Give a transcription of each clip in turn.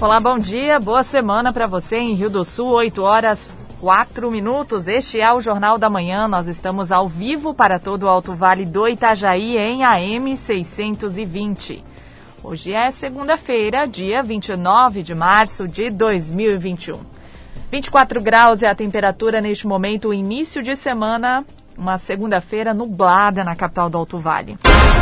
Olá, bom dia, boa semana para você em Rio do Sul, 8h04. Este é o Jornal da Manhã, nós estamos ao vivo para todo o Alto Vale do Itajaí em AM 620. Hoje é segunda-feira, dia 29 de março de 2021. 24 graus é a temperatura neste momento, início de semana, uma segunda-feira nublada na capital do Alto Vale.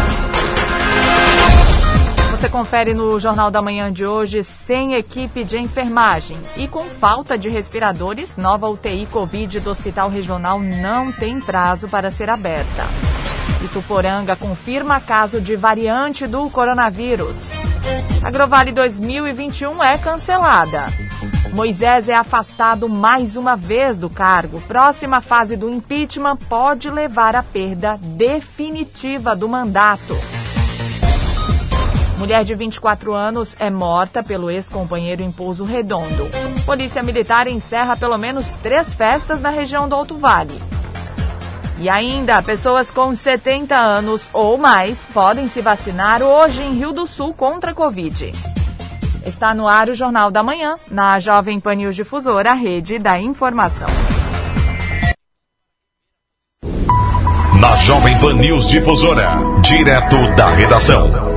Você confere no Jornal da Manhã de hoje, sem equipe de enfermagem e com falta de respiradores, nova UTI Covid do Hospital Regional não tem prazo para ser aberta. Ituporanga confirma caso de variante do coronavírus. Agrovale 2021 é cancelada. Moisés é afastado mais uma vez do cargo. Próxima fase do impeachment pode levar à perda definitiva do mandato. Mulher de 24 anos é morta pelo ex-companheiro em Pouso Redondo. Polícia Militar encerra pelo menos 3 festas na região do Alto Vale. E ainda, pessoas com 70 anos ou mais podem se vacinar hoje em Rio do Sul contra a Covid. Está no ar o Jornal da Manhã, na Jovem Pan News Difusora, a rede da informação. Na Jovem Pan News Difusora, direto da redação.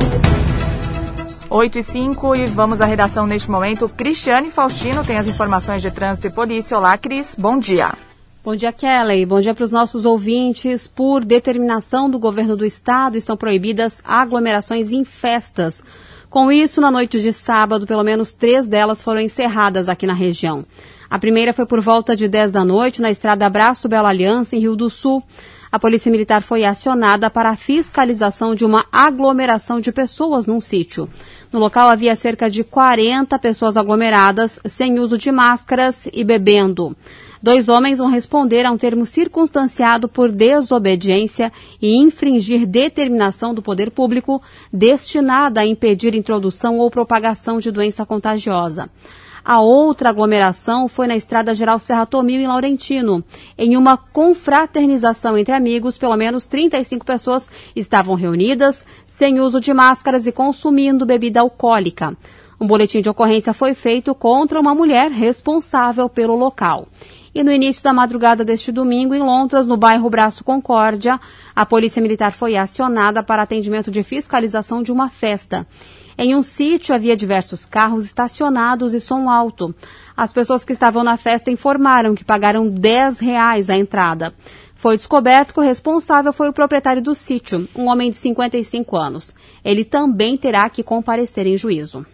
8h05 e vamos à redação neste momento. Cristiane Faustino tem as informações de trânsito e polícia. Olá, Cris, bom dia. Bom dia, Kelly. Bom dia para os nossos ouvintes. Por determinação do governo do estado, estão proibidas aglomerações em festas. Com isso, na noite de sábado, pelo menos 3 delas foram encerradas aqui na região. A primeira foi por volta de 10 da noite, na estrada Abraço Bela Aliança, em Rio do Sul. A Polícia Militar foi acionada para a fiscalização de uma aglomeração de pessoas num sítio. No local havia cerca de 40 pessoas aglomeradas, sem uso de máscaras e bebendo. 2 homens vão responder a um termo circunstanciado por desobediência e infringir determinação do poder público destinada a impedir introdução ou propagação de doença contagiosa. A outra aglomeração foi na Estrada Geral Serra Tomil, em Laurentino. Em uma confraternização entre amigos, pelo menos 35 pessoas estavam reunidas, sem uso de máscaras e consumindo bebida alcoólica. Um boletim de ocorrência foi feito contra uma mulher responsável pelo local. E no início da madrugada deste domingo, em Lontras, no bairro Braço Concórdia, a Polícia Militar foi acionada para atendimento de fiscalização de uma festa. Em um sítio havia diversos carros estacionados e som alto. As pessoas que estavam na festa informaram que pagaram R$10 a entrada. Foi descoberto que o responsável foi o proprietário do sítio, um homem de 55 anos. Ele também terá que comparecer em juízo.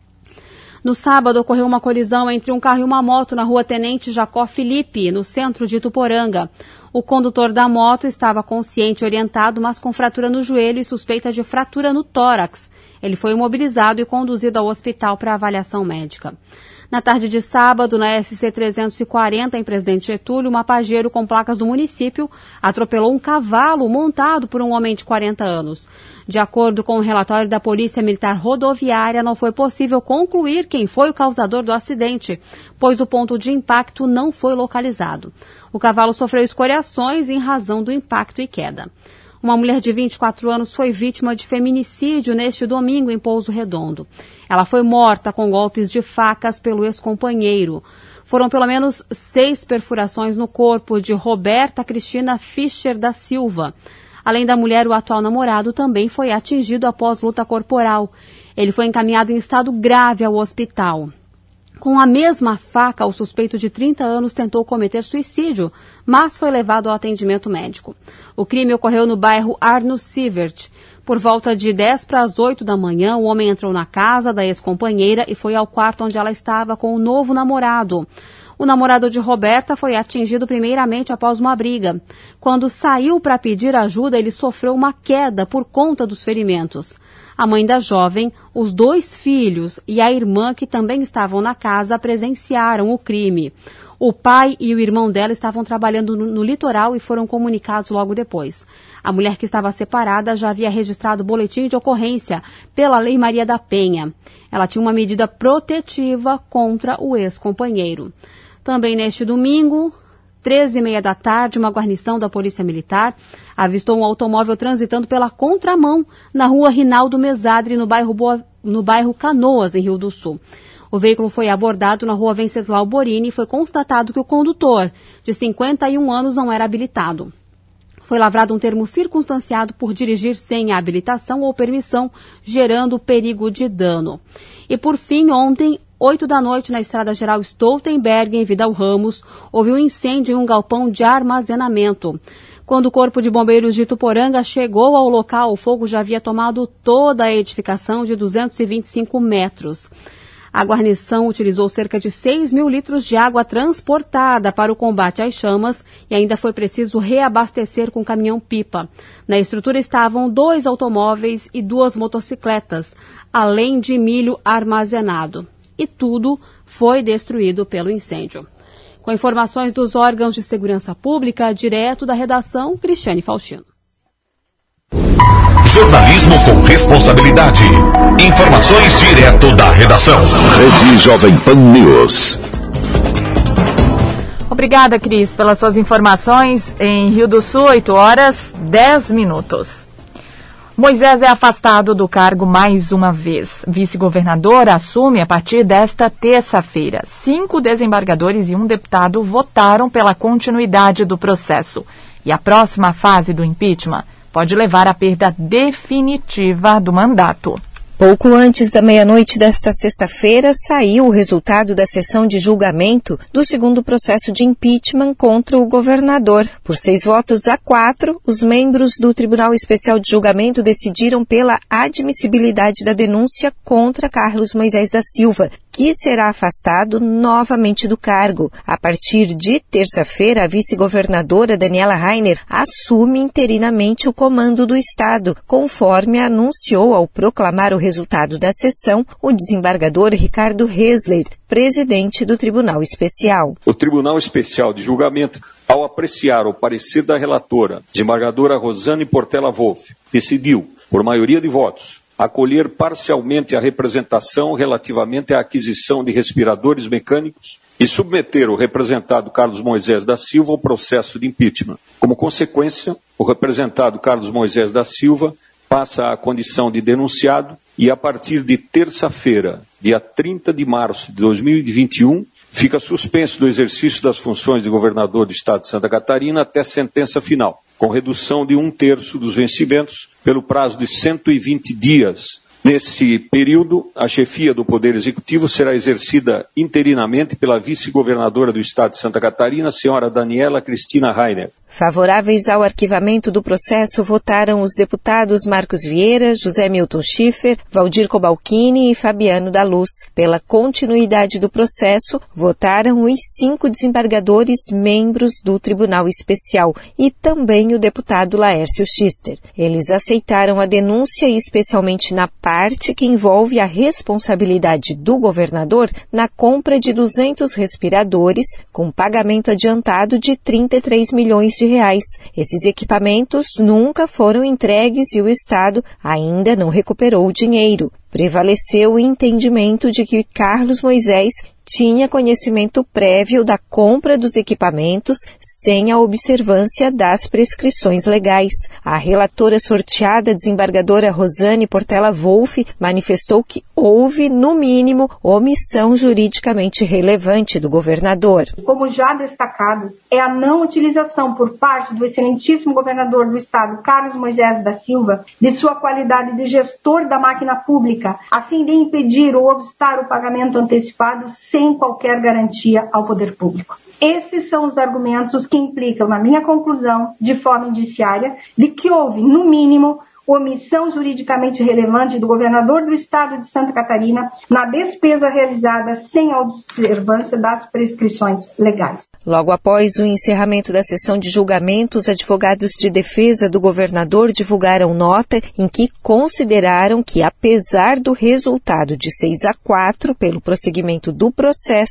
No sábado, ocorreu uma colisão entre um carro e uma moto na rua Tenente Jacó Felipe, no centro de Ituporanga. O condutor da moto estava consciente e orientado, mas com fratura no joelho e suspeita de fratura no tórax. Ele foi imobilizado e conduzido ao hospital para avaliação médica. Na tarde de sábado, na SC 340, em Presidente Getúlio, uma Pajero com placas do município atropelou um cavalo montado por um homem de 40 anos. De acordo com o relatório da Polícia Militar Rodoviária, não foi possível concluir quem foi o causador do acidente, pois o ponto de impacto não foi localizado. O cavalo sofreu escoriações em razão do impacto e queda. Uma mulher de 24 anos foi vítima de feminicídio neste domingo em Pouso Redondo. Ela foi morta com golpes de facas pelo ex-companheiro. Foram pelo menos 6 perfurações no corpo de Roberta Cristina Fischer da Silva. Além da mulher, o atual namorado também foi atingido após luta corporal. Ele foi encaminhado em estado grave ao hospital. Com a mesma faca, o suspeito de 30 anos tentou cometer suicídio, mas foi levado ao atendimento médico. O crime ocorreu no bairro Arno Sievert. Por volta de 10 para as 8 da manhã, o homem entrou na casa da ex-companheira e foi ao quarto onde ela estava com o novo namorado. O namorado de Roberta foi atingido primeiramente após uma briga. Quando saiu para pedir ajuda, ele sofreu uma queda por conta dos ferimentos. A mãe da jovem, os 2 filhos e a irmã, que também estavam na casa, presenciaram o crime. O pai e o irmão dela estavam trabalhando no litoral e foram comunicados logo depois. A mulher, que estava separada, já havia registrado boletim de ocorrência pela Lei Maria da Penha. Ela tinha uma medida protetiva contra o ex-companheiro. Também neste domingo, 13h30 da tarde, uma guarnição da Polícia Militar avistou um automóvel transitando pela contramão na rua Rinaldo Mesadre, no bairro no bairro Canoas, em Rio do Sul. O veículo foi abordado na rua Venceslau Borini e foi constatado que o condutor, de 51 anos, não era habilitado. Foi lavrado um termo circunstanciado por dirigir sem a habilitação ou permissão, gerando perigo de dano. E por fim, ontem, 8 da noite, na Estrada Geral Stoltenberg, em Vidal Ramos, houve um incêndio em um galpão de armazenamento. Quando o Corpo de Bombeiros de Ituporanga chegou ao local, o fogo já havia tomado toda a edificação de 225 metros. A guarnição utilizou cerca de 6 mil litros de água transportada para o combate às chamas e ainda foi preciso reabastecer com caminhão-pipa. Na estrutura estavam 2 automóveis e 2 motocicletas, além de milho armazenado. E tudo foi destruído pelo incêndio. Com informações dos órgãos de segurança pública, direto da redação, Cristiane Faustino. Jornalismo com responsabilidade. Informações direto da redação. Rede Jovem Pan News. Obrigada, Cris, pelas suas informações. Em Rio do Sul, 8h10. Moisés é afastado do cargo mais uma vez. Vice-governador assume a partir desta terça-feira. 5 desembargadores e 1 deputado votaram pela continuidade do processo. E a próxima fase do impeachment pode levar à perda definitiva do mandato. Pouco antes da meia-noite desta sexta-feira, saiu o resultado da sessão de julgamento do segundo processo de impeachment contra o governador. Por 6-4, os membros do Tribunal Especial de Julgamento decidiram pela admissibilidade da denúncia contra Carlos Moisés da Silva, que será afastado novamente do cargo. A partir de terça-feira, a vice-governadora Daniela Rainer assume interinamente o comando do Estado, conforme anunciou ao proclamar o resultado da sessão o desembargador Ricardo Hesler, presidente do Tribunal Especial. O Tribunal Especial de Julgamento, ao apreciar o parecer da relatora, desembargadora Rosane Portela Wolff, decidiu, por maioria de votos, acolher parcialmente a representação relativamente à aquisição de respiradores mecânicos e submeter o representado Carlos Moisés da Silva ao processo de impeachment. Como consequência, o representado Carlos Moisés da Silva passa à condição de denunciado e, a partir de terça-feira, dia 30 de março de 2021, fica suspenso do exercício das funções de governador do Estado de Santa Catarina até sentença final, com redução de 1/3 dos vencimentos pelo prazo de 120 dias. Nesse período, a chefia do Poder Executivo será exercida interinamente pela vice-governadora do Estado de Santa Catarina, senhora Daniela Cristina Rainer. Favoráveis ao arquivamento do processo votaram os deputados Marcos Vieira, José Milton Schiffer, Valdir Cobalcini e Fabiano da Luz. Pela continuidade do processo, votaram os 5 desembargadores membros do Tribunal Especial e também o deputado Laércio Schister. Eles aceitaram a denúncia, especialmente na parte que envolve a responsabilidade do governador na compra de 200 respiradores, com pagamento adiantado de 33 milhões de reais. Esses equipamentos nunca foram entregues e o Estado ainda não recuperou o dinheiro. Prevaleceu o entendimento de que Carlos Moisés tinha conhecimento prévio da compra dos equipamentos sem a observância das prescrições legais. A relatora sorteada, desembargadora Rosane Portela Wolff, manifestou que houve, no mínimo, omissão juridicamente relevante do governador. Como já destacado, é a não utilização por parte do excelentíssimo governador do Estado, Carlos Moisés da Silva, de sua qualidade de gestor da máquina pública, a fim de impedir ou obstar o pagamento antecipado sem qualquer garantia ao poder público. Esses são os argumentos que implicam, na minha conclusão, de forma indiciária, de que houve, no mínimo, omissão juridicamente relevante do governador do Estado de Santa Catarina na despesa realizada sem a observância das prescrições legais. Logo após o encerramento da sessão de julgamento, os advogados de defesa do governador divulgaram nota em que consideraram que, apesar do resultado de 6-4 pelo prosseguimento do processo,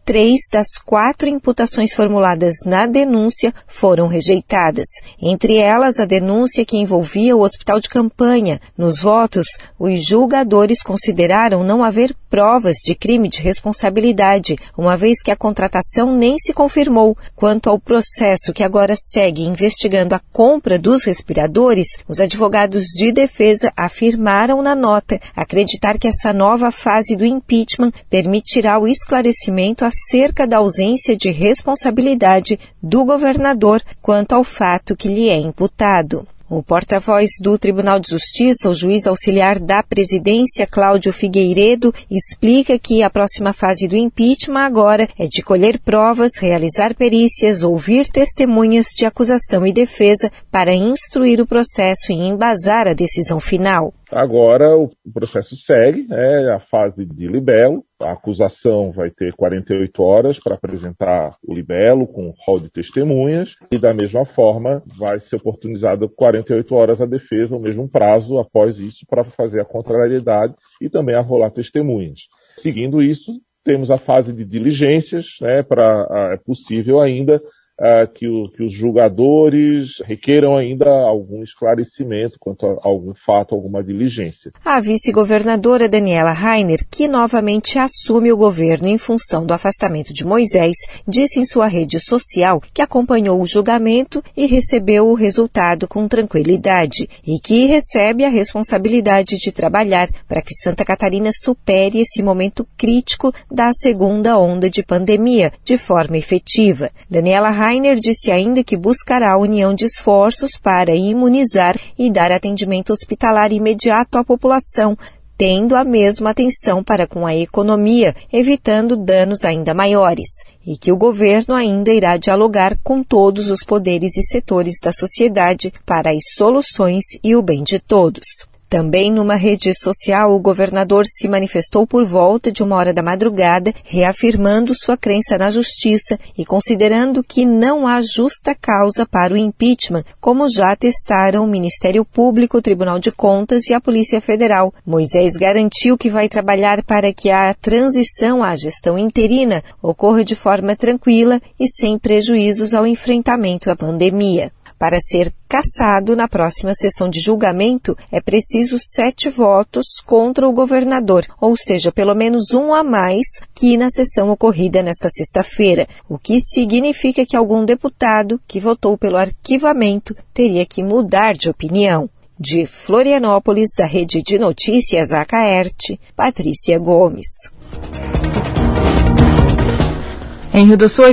3 das 4 imputações formuladas na denúncia foram rejeitadas. Entre elas, a denúncia que envolvia o hospital de campanha. Nos votos, os julgadores consideraram não haver provas de crime de responsabilidade, uma vez que a contratação nem se confirmou. Quanto ao processo que agora segue investigando a compra dos respiradores, os advogados de defesa afirmaram na nota acreditar que essa nova fase do impeachment permitirá o esclarecimento acerca da ausência de responsabilidade do governador quanto ao fato que lhe é imputado. O porta-voz do Tribunal de Justiça, o juiz auxiliar da presidência, Cláudio Figueiredo, explica que a próxima fase do impeachment agora é de colher provas, realizar perícias, ouvir testemunhas de acusação e defesa para instruir o processo e embasar a decisão final. Agora o processo segue, a fase de libelo. A acusação vai ter 48 horas para apresentar o libelo com rol de testemunhas e, da mesma forma, vai ser oportunizado 48 horas a defesa, o mesmo prazo após isso para fazer a contrariedade e também arrolar testemunhas. Seguindo isso, temos a fase de diligências, é possível ainda que os julgadores requeram ainda algum esclarecimento quanto a algum fato, alguma diligência. A vice-governadora Daniela Rainer, que novamente assume o governo em função do afastamento de Moisés, disse em sua rede social que acompanhou o julgamento e recebeu o resultado com tranquilidade e que recebe a responsabilidade de trabalhar para que Santa Catarina supere esse momento crítico da segunda onda de pandemia de forma efetiva. Daniela Rainer disse ainda que buscará a união de esforços para imunizar e dar atendimento hospitalar imediato à população, tendo a mesma atenção para com a economia, evitando danos ainda maiores, e que o governo ainda irá dialogar com todos os poderes e setores da sociedade para as soluções e o bem de todos. Também numa rede social, o governador se manifestou por volta de 1h da madrugada, reafirmando sua crença na justiça e considerando que não há justa causa para o impeachment, como já atestaram o Ministério Público, o Tribunal de Contas e a Polícia Federal. Moisés garantiu que vai trabalhar para que a transição à gestão interina ocorra de forma tranquila e sem prejuízos ao enfrentamento à pandemia. Para ser cassado na próxima sessão de julgamento, é preciso 7 votos contra o governador, ou seja, pelo menos um a mais que na sessão ocorrida nesta sexta-feira, o que significa que algum deputado que votou pelo arquivamento teria que mudar de opinião. De Florianópolis, da Rede de Notícias Acaerte, Patrícia Gomes. Em Rio do Sul,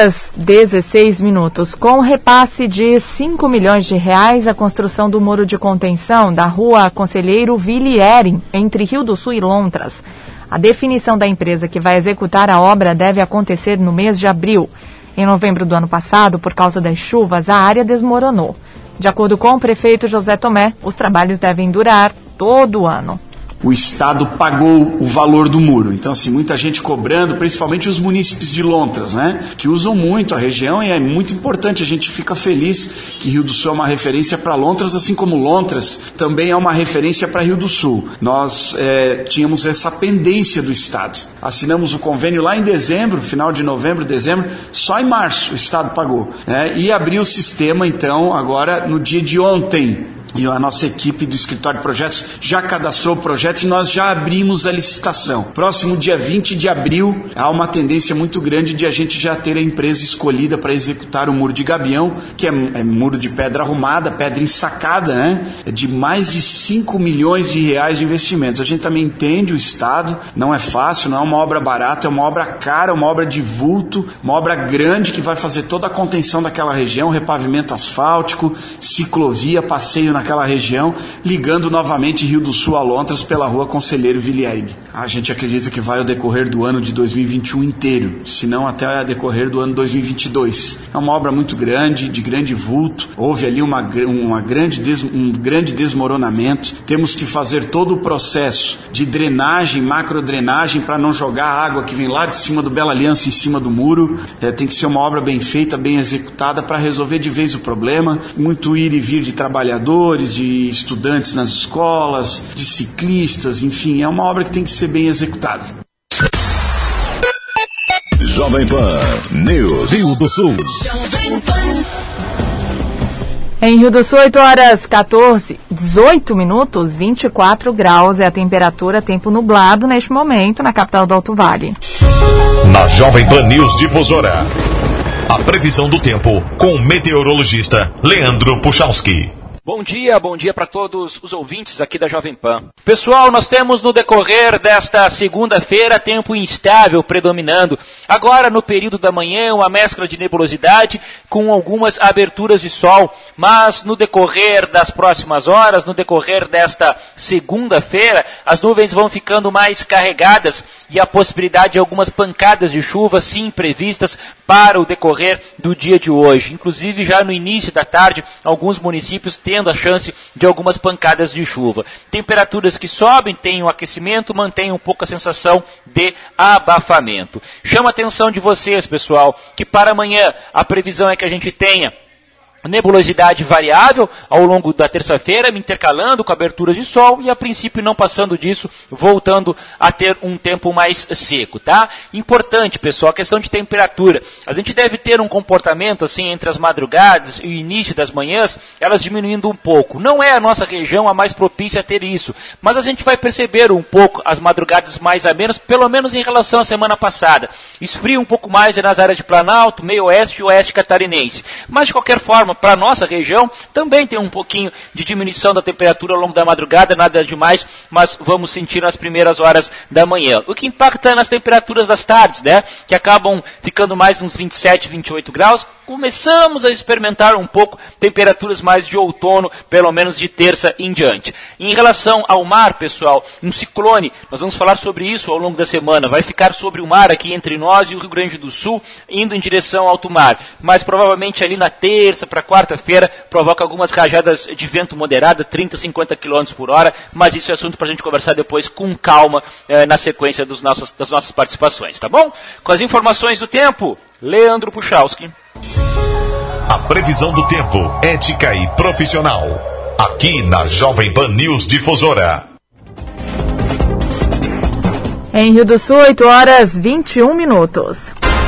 8h16. Com repasse de 5 milhões de reais, a construção do muro de contenção da rua Conselheiro Viliere, entre Rio do Sul e Lontras. A definição da empresa que vai executar a obra deve acontecer no mês de abril. Em novembro do ano passado, por causa das chuvas, a área desmoronou. De acordo com o prefeito José Tomé, os trabalhos devem durar todo o ano. O Estado pagou o valor do muro. Então, assim, muita gente cobrando, principalmente os munícipes de Lontras, que usam muito a região, e é muito importante. A gente fica feliz que Rio do Sul é uma referência para Lontras, assim como Lontras também é uma referência para Rio do Sul. Nós tínhamos essa pendência do Estado. Assinamos o convênio lá em dezembro, final de novembro, dezembro, só em março o Estado pagou. E abriu o sistema, então, agora no dia de ontem. E a nossa equipe do escritório de projetos já cadastrou o projeto e nós já abrimos a licitação. Próximo dia 20 de abril, há uma tendência muito grande de a gente já ter a empresa escolhida para executar o muro de gabião, que é muro de pedra arrumada, pedra ensacada, É de mais de 5 milhões de reais de investimentos. A gente também entende o Estado, não é fácil, não é uma obra barata, é uma obra cara, uma obra de vulto, uma obra grande que vai fazer toda a contenção daquela região, repavimento asfáltico, ciclovia, passeio naquela região, ligando novamente Rio do Sul a Lontras pela rua Conselheiro Viliere. A gente acredita que vai ao decorrer do ano de 2021 inteiro, se não até ao decorrer do ano 2022. É uma obra muito grande, de grande vulto, houve ali um grande desmoronamento. Temos que fazer todo o processo de drenagem, macrodrenagem, para não jogar a água que vem lá de cima do Bela Aliança em cima do muro. Tem que ser uma obra bem feita, bem executada, para resolver de vez o problema. Muito ir e vir de trabalhadores, de estudantes nas escolas, de ciclistas, enfim, é uma obra que tem que ser bem executada. Jovem Pan News. Rio do Sul. Em Rio do Sul, 18 minutos, 24 graus é a temperatura, tempo nublado neste momento na capital do Alto Vale. Na Jovem Pan News Difusora, a previsão do tempo com o meteorologista Leandro Puchalski. Bom dia para todos os ouvintes aqui da Jovem Pan. Pessoal, nós temos no decorrer desta segunda-feira tempo instável predominando. Agora, no período da manhã, uma mescla de nebulosidade com algumas aberturas de sol. Mas no decorrer das próximas horas, no decorrer desta segunda-feira, as nuvens vão ficando mais carregadas e a possibilidade de algumas pancadas de chuva, sim, previstas para o decorrer do dia de hoje. Inclusive, já no início da tarde, alguns municípios tendo a chance de algumas pancadas de chuva. Temperaturas que sobem, têm um aquecimento, mantêm um pouco a sensação de abafamento. Chama a atenção de vocês, pessoal, que para amanhã a previsão é que a gente tenha nebulosidade variável ao longo da terça-feira, intercalando com aberturas de sol e a princípio não passando disso, voltando a ter um tempo mais seco, tá? Importante, pessoal, a questão de temperatura. A gente deve ter um comportamento assim entre as madrugadas e o início das manhãs, elas diminuindo um pouco. Não é a nossa região a mais propícia a ter isso, mas a gente vai perceber um pouco as madrugadas mais amenas, pelo menos em relação à semana passada. Esfria um pouco mais nas áreas de Planalto, meio oeste e oeste catarinense. Mas de qualquer forma, para a nossa região, também tem um pouquinho de diminuição da temperatura ao longo da madrugada, nada demais, mas vamos sentir nas primeiras horas da manhã. O que impacta nas temperaturas das tardes, né? Que acabam ficando mais uns 27, 28 graus. Começamos a experimentar um pouco temperaturas mais de outono, pelo menos de terça em diante. Em relação ao mar, pessoal, um ciclone, nós vamos falar sobre isso ao longo da semana, vai ficar sobre o mar aqui entre nós e o Rio Grande do Sul, indo em direção ao alto mar. Mas provavelmente ali na terça para quarta-feira provoca algumas rajadas de vento moderada, 30, 50 km por hora, mas isso é assunto para a gente conversar depois com calma na sequência das nossas participações, tá bom? Com as informações do tempo, Leandro Puchalski. A previsão do tempo, ética e profissional. Aqui na Jovem Pan News Difusora. Em Rio do Sul, 8h21 minutos.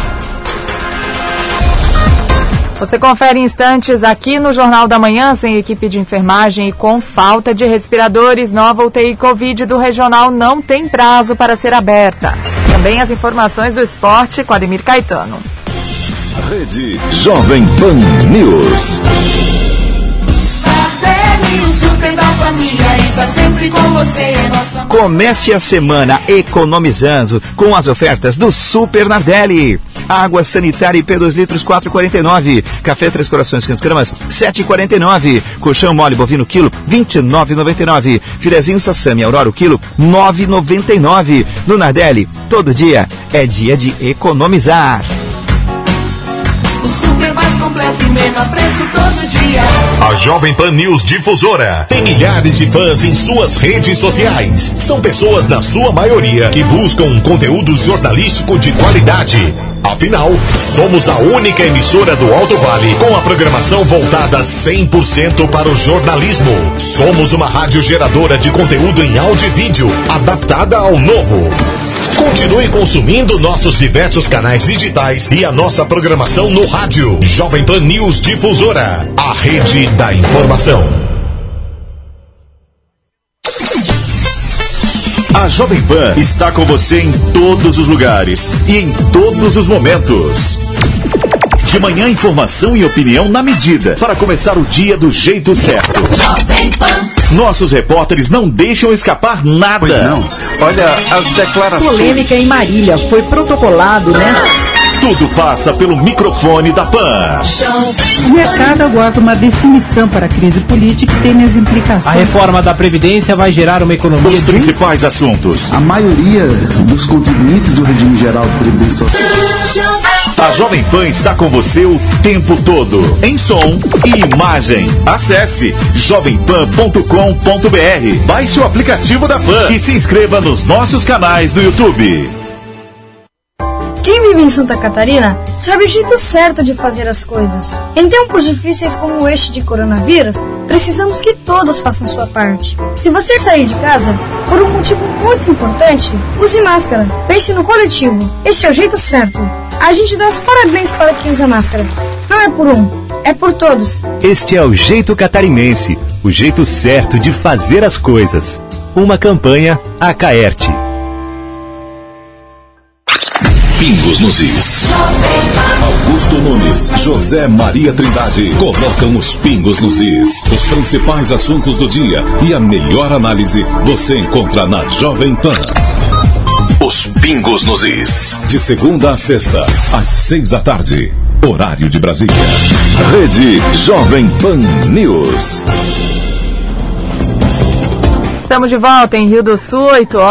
Você confere instantes aqui no Jornal da Manhã, sem equipe de enfermagem e com falta de respiradores. Nova UTI Covid do Regional não tem prazo para ser aberta. Também as informações do esporte com Ademir Caetano. Rede Jovem Pan News. O super da família está sempre com você. Comece a semana economizando com as ofertas do Super Nardelli. Água sanitária IP 2 litros 4,49. Café 3 corações 500 gramas 7,49. Colchão mole bovino quilo 29,99. Filezinho Sassami Aurora o quilo 9,99. No Nardelli, todo dia é dia de economizar. O super mais completo e menor preço todo dia. A Jovem Pan News Difusora tem milhares de fãs em suas redes sociais. São pessoas, na sua maioria, que buscam um conteúdo jornalístico de qualidade. Afinal, somos a única emissora do Alto Vale com a programação voltada 100% para o jornalismo. Somos uma rádio geradora de conteúdo em áudio e vídeo, adaptada ao novo. Continue consumindo nossos diversos canais digitais e a nossa programação no rádio. Jovem Pan News Difusora, a rede da informação. A Jovem Pan está com você em todos os lugares e em todos os momentos. De manhã, informação e opinião na medida, para começar o dia do jeito certo. Jovem Pan. Nossos repórteres não deixam escapar nada. Pois não. Olha as declarações. Polêmica em Marília foi protocolado, né? Tudo passa pelo microfone da Pan. O mercado aguarda uma definição para a crise política e tem as implicações. A reforma da Previdência vai gerar uma economia... Os principais assuntos. A maioria dos contribuintes do regime geral de Previdência Social. A Jovem Pan está com você o tempo todo, em som e imagem. Acesse jovempan.com.br, baixe o aplicativo da Pan e se inscreva nos nossos canais no YouTube. Quem vive em Santa Catarina sabe o jeito certo de fazer as coisas. Em tempos difíceis como este de coronavírus, precisamos que todos façam sua parte. Se você sair de casa, por um motivo muito importante, use máscara. Pense no coletivo. Este é o jeito certo. a gente dá os parabéns para quem usa máscara. Não é por um, é por todos. Este é o Jeito Catarinense, o jeito certo de fazer as coisas. Uma campanha Acaerte. Pingos nos Is. Augusto Nunes, José Maria Trindade colocam os pingos nos Is. Os principais assuntos do dia e a melhor análise você encontra na Jovem Pan. Os Pingos nos Is. De segunda a sexta, às 6 da tarde. Horário de Brasília. Rede Jovem Pan News. Estamos de volta em Rio do Sul,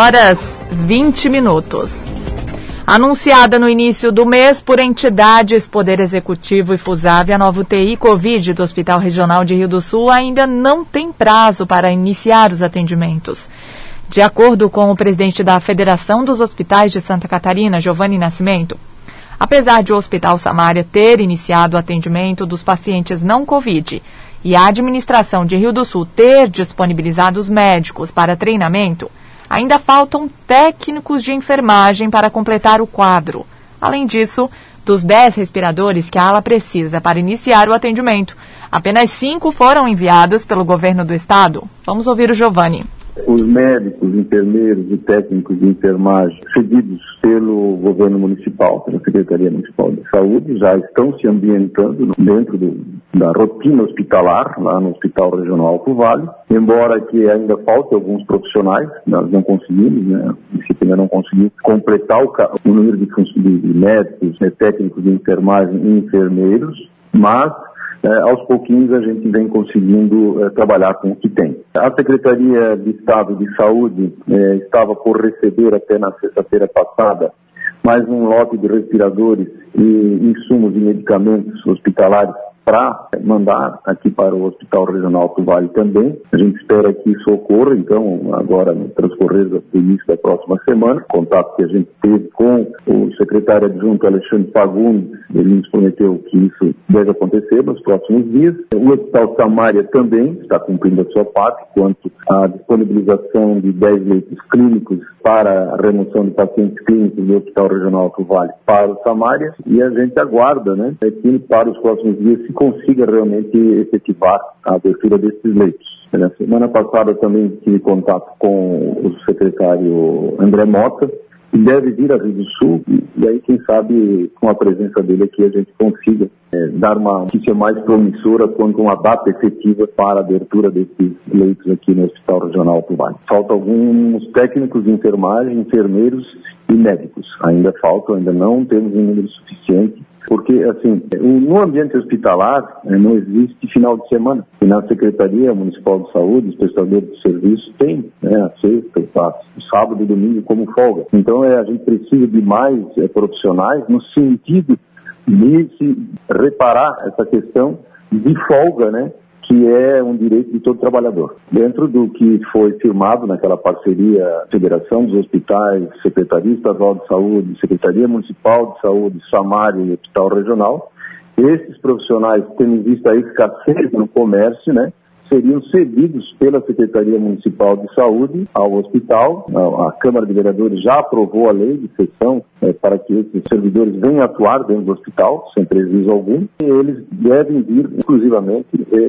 8h20. Anunciada no início do mês por entidades, Poder Executivo e FUSAV, a nova UTI Covid do Hospital Regional de Rio do Sul ainda não tem prazo para iniciar os atendimentos. De acordo com o presidente da Federação dos Hospitais de Santa Catarina, Giovanni Nascimento, apesar de o Hospital Samaria ter iniciado o atendimento dos pacientes não Covid e a administração de Rio do Sul ter disponibilizado os médicos para treinamento, ainda faltam técnicos de enfermagem para completar o quadro. Além disso, dos 10 respiradores que a ala precisa para iniciar o atendimento, apenas 5 foram enviados pelo governo do estado. Vamos ouvir o Giovanni. Os médicos, enfermeiros e técnicos de enfermagem cedidos pelo governo municipal, pela Secretaria Municipal de Saúde, já estão se ambientando dentro da rotina hospitalar, lá no Hospital Regional Alto Vale, embora que ainda falte alguns profissionais, nós não conseguimos, né, a disciplina não conseguiu completar o número de médicos, técnicos de enfermagem e enfermeiros, mas aos pouquinhos a gente vem conseguindo trabalhar com o que tem. A Secretaria de Estado de Saúde estava por receber até na sexta-feira passada mais um lote de respiradores e insumos e medicamentos hospitalares para mandar aqui para o Hospital Regional Alto Vale também. A gente espera que isso ocorra, então, agora no transcorrer do início da próxima semana. Contato que a gente teve com o secretário adjunto Alexandre Fagundes, ele nos prometeu que isso deve acontecer nos próximos dias. O Hospital Samaria também está cumprindo a sua parte quanto à disponibilização de 10 leitos clínicos para a remoção de pacientes clínicos do Hospital Regional Alto Vale para o Samaria, e a gente aguarda, né, que para os próximos dias se consiga realmente efetivar a abertura desses leitos. Na semana passada também tive contato com o secretário André Mota, que deve vir a Rio do Sul, e aí quem sabe com a presença dele aqui a gente consiga dar uma notícia mais promissora quanto a uma data efetiva para a abertura desses leitos aqui no Hospital Regional Alto Vale. Faltam alguns técnicos de enfermagem, enfermeiros e médicos. Ainda não temos um número suficiente, porque, assim, no ambiente hospitalar não existe final de semana. E na Secretaria Municipal de Saúde, os prestadores de serviço têm a sexta, o sábado e domingo como folga. Então, a gente precisa de mais profissionais no sentido de se reparar essa questão de folga, né? Que é um direito de todo trabalhador. Dentro do que foi firmado naquela parceria Federação dos Hospitais, Secretaria Estadual de Saúde, Secretaria Municipal de Saúde, Samaria e Hospital Regional, esses profissionais, tendo em vista a escassez no comércio, né, seriam cedidos pela Secretaria Municipal de Saúde ao hospital. A Câmara de Vereadores já aprovou a lei de cessão para que esses servidores venham atuar dentro do hospital, sem prejuízo algum, e eles devem vir exclusivamente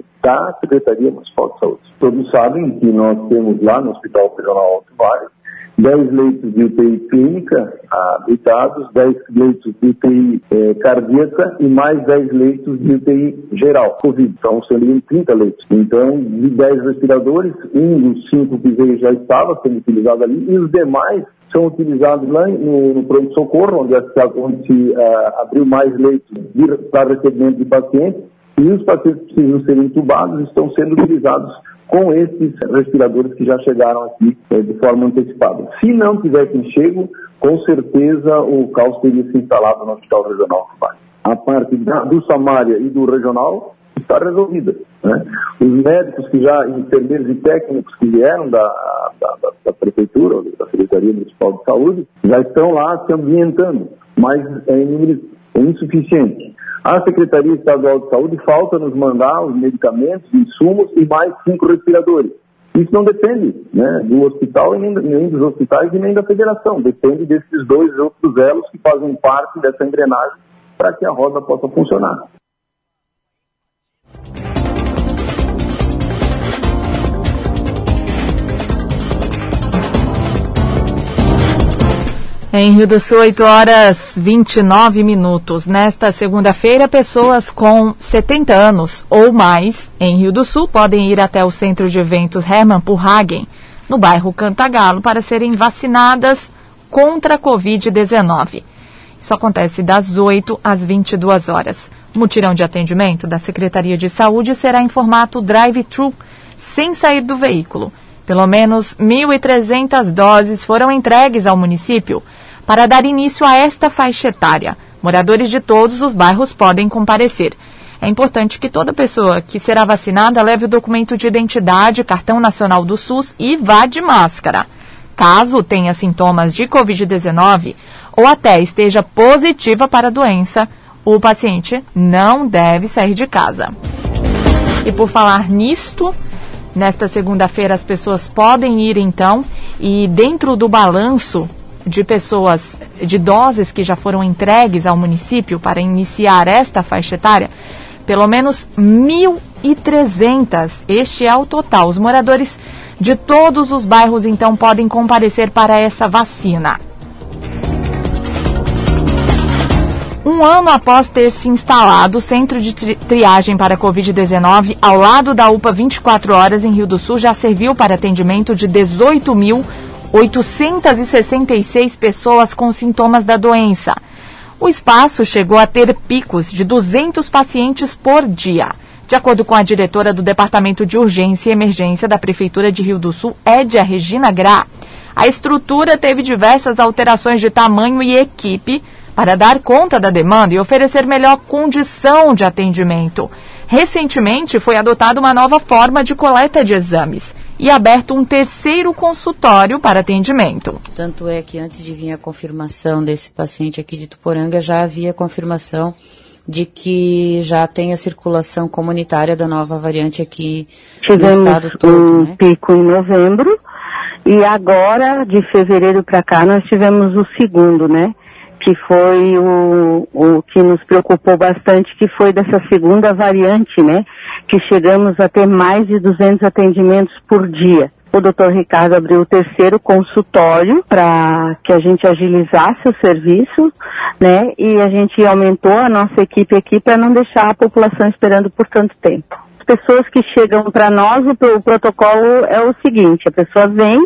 da Secretaria Municipal de Saúde. Todos sabem que nós temos lá no Hospital Regional Alto Vale 10 leitos de UTI clínica habilitados, 10 leitos de UTI cardíaca e mais 10 leitos de UTI geral, Covid. Então, seriam 30 leitos. Então, de 10 respiradores, um dos 5 que veio já estava sendo utilizado ali, e os demais são utilizados lá no pronto-socorro, onde se abriu mais leitos para recebimento de pacientes, e os pacientes que precisam ser entubados estão sendo utilizados com esses respiradores que já chegaram aqui de forma antecipada. Se não tivessem chego, com certeza o caos teria se instalado no Hospital Regional. A parte do Samaria e do Regional está resolvida, né? Os médicos enfermeiros e técnicos que vieram da Prefeitura, da Secretaria Municipal de Saúde, já estão lá se ambientando, mas em número insuficiente. A Secretaria Estadual de Saúde falta nos mandar os medicamentos, insumos e mais 5 respiradores. Isso não depende, né, do hospital, nem dos hospitais e nem da federação. Depende desses dois outros elos que fazem parte dessa engrenagem para que a roda possa funcionar. Em Rio do Sul, 8h29. Nesta segunda-feira, pessoas com 70 anos ou mais em Rio do Sul podem ir até o Centro de Eventos Hermann Purhagen, no bairro Cantagalo, para serem vacinadas contra a Covid-19. Isso acontece das 8 às 22 horas. O mutirão de atendimento da Secretaria de Saúde será em formato drive-thru, sem sair do veículo. Pelo menos 1.300 doses foram entregues ao município para dar início a esta faixa etária. Moradores de todos os bairros podem comparecer. É importante que toda pessoa que será vacinada leve o documento de identidade, cartão nacional do SUS e vá de máscara. Caso tenha sintomas de Covid-19 ou até esteja positiva para a doença, o paciente não deve sair de casa. E por falar nisto, nesta segunda-feira as pessoas podem ir então e dentro do balanço de pessoas, de doses que já foram entregues ao município para iniciar esta faixa etária, pelo menos 1.300. Este é o total. Os moradores de todos os bairros, então, podem comparecer para essa vacina. Um ano após ter se instalado o Centro de Triagem para a Covid-19 ao lado da UPA 24 horas em Rio do Sul, já serviu para atendimento de 18.866 pessoas com sintomas da doença. O espaço chegou a ter picos de 200 pacientes por dia. De acordo com a diretora do Departamento de Urgência e Emergência da Prefeitura de Rio do Sul, Édia Regina Gra, a estrutura teve diversas alterações de tamanho e equipe para dar conta da demanda e oferecer melhor condição de atendimento. Recentemente foi adotada uma nova forma de coleta de exames e aberto um terceiro consultório para atendimento. Tanto é que antes de vir a confirmação desse paciente aqui de Tuporanga, já havia confirmação de que já tem a circulação comunitária da nova variante aqui no estado todo. Tivemos um pico em novembro e agora, de fevereiro para cá, nós tivemos o segundo, né? Que foi o que nos preocupou bastante, que foi dessa segunda variante, né? Que chegamos a ter mais de 200 atendimentos por dia. O Dr. Ricardo abriu o terceiro consultório para que a gente agilizasse o serviço, né? E a gente aumentou a nossa equipe aqui para não deixar a população esperando por tanto tempo. Pessoas que chegam para nós, o protocolo é o seguinte: a pessoa vem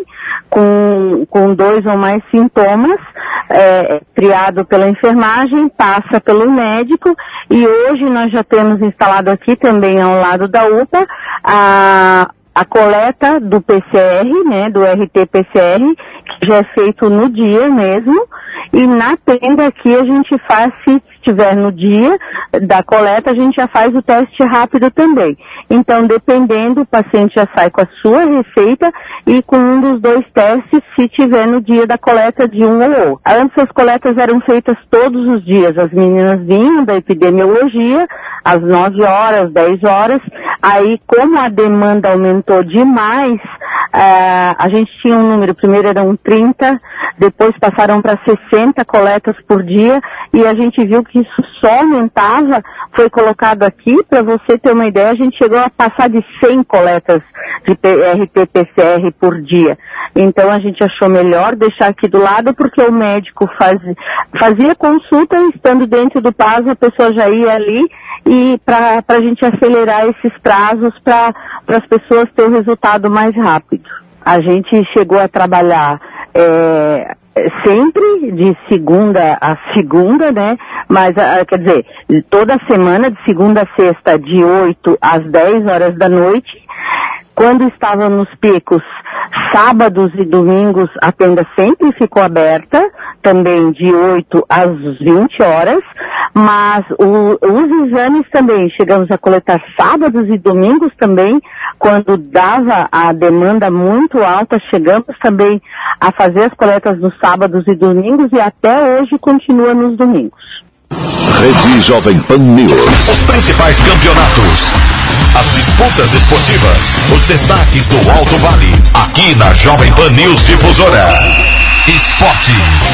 com 2 ou mais sintomas, triado pela enfermagem, passa pelo médico, e hoje nós já temos instalado aqui também ao lado da UPA a coleta do PCR, né, do RT-PCR, que já é feito no dia mesmo, e na tenda aqui a gente faz, se estiver no dia da coleta, a gente já faz o teste rápido também. Então, dependendo, o paciente já sai com a sua receita e com um dos 2 testes, se tiver no dia da coleta de um ou outro. Antes as coletas eram feitas todos os dias, as meninas vinham da epidemiologia, às 9 horas, 10 horas, aí como a demanda aumentou demais, a gente tinha um número, primeiro eram 30, depois passaram para 60 coletas por dia, e a gente viu que isso só aumentava. Foi colocado aqui, para você ter uma ideia, a gente chegou a passar de 100 coletas de RT-PCR por dia. Então a gente achou melhor deixar aqui do lado, porque o médico fazia consulta, estando dentro do prazo, a pessoa já ia ali, e para a gente acelerar esses prazos para as pessoas terem o resultado mais rápido. A gente chegou a trabalhar sempre de segunda a segunda, né? Mas, quer dizer, toda semana, de segunda a sexta, de 8 às 10 horas da noite. Quando estavam nos picos, sábados e domingos, a tenda sempre ficou aberta, também de 8 às 20 horas, mas os exames também, chegamos a coletar sábados e domingos também, quando dava a demanda muito alta, chegamos também a fazer as coletas nos sábados e domingos, e até hoje continua nos domingos. Rede Jovem Pan News. Os principais campeonatos, As disputas esportivas, os destaques do Alto Vale, aqui na Jovem Pan News Difusora. Esporte.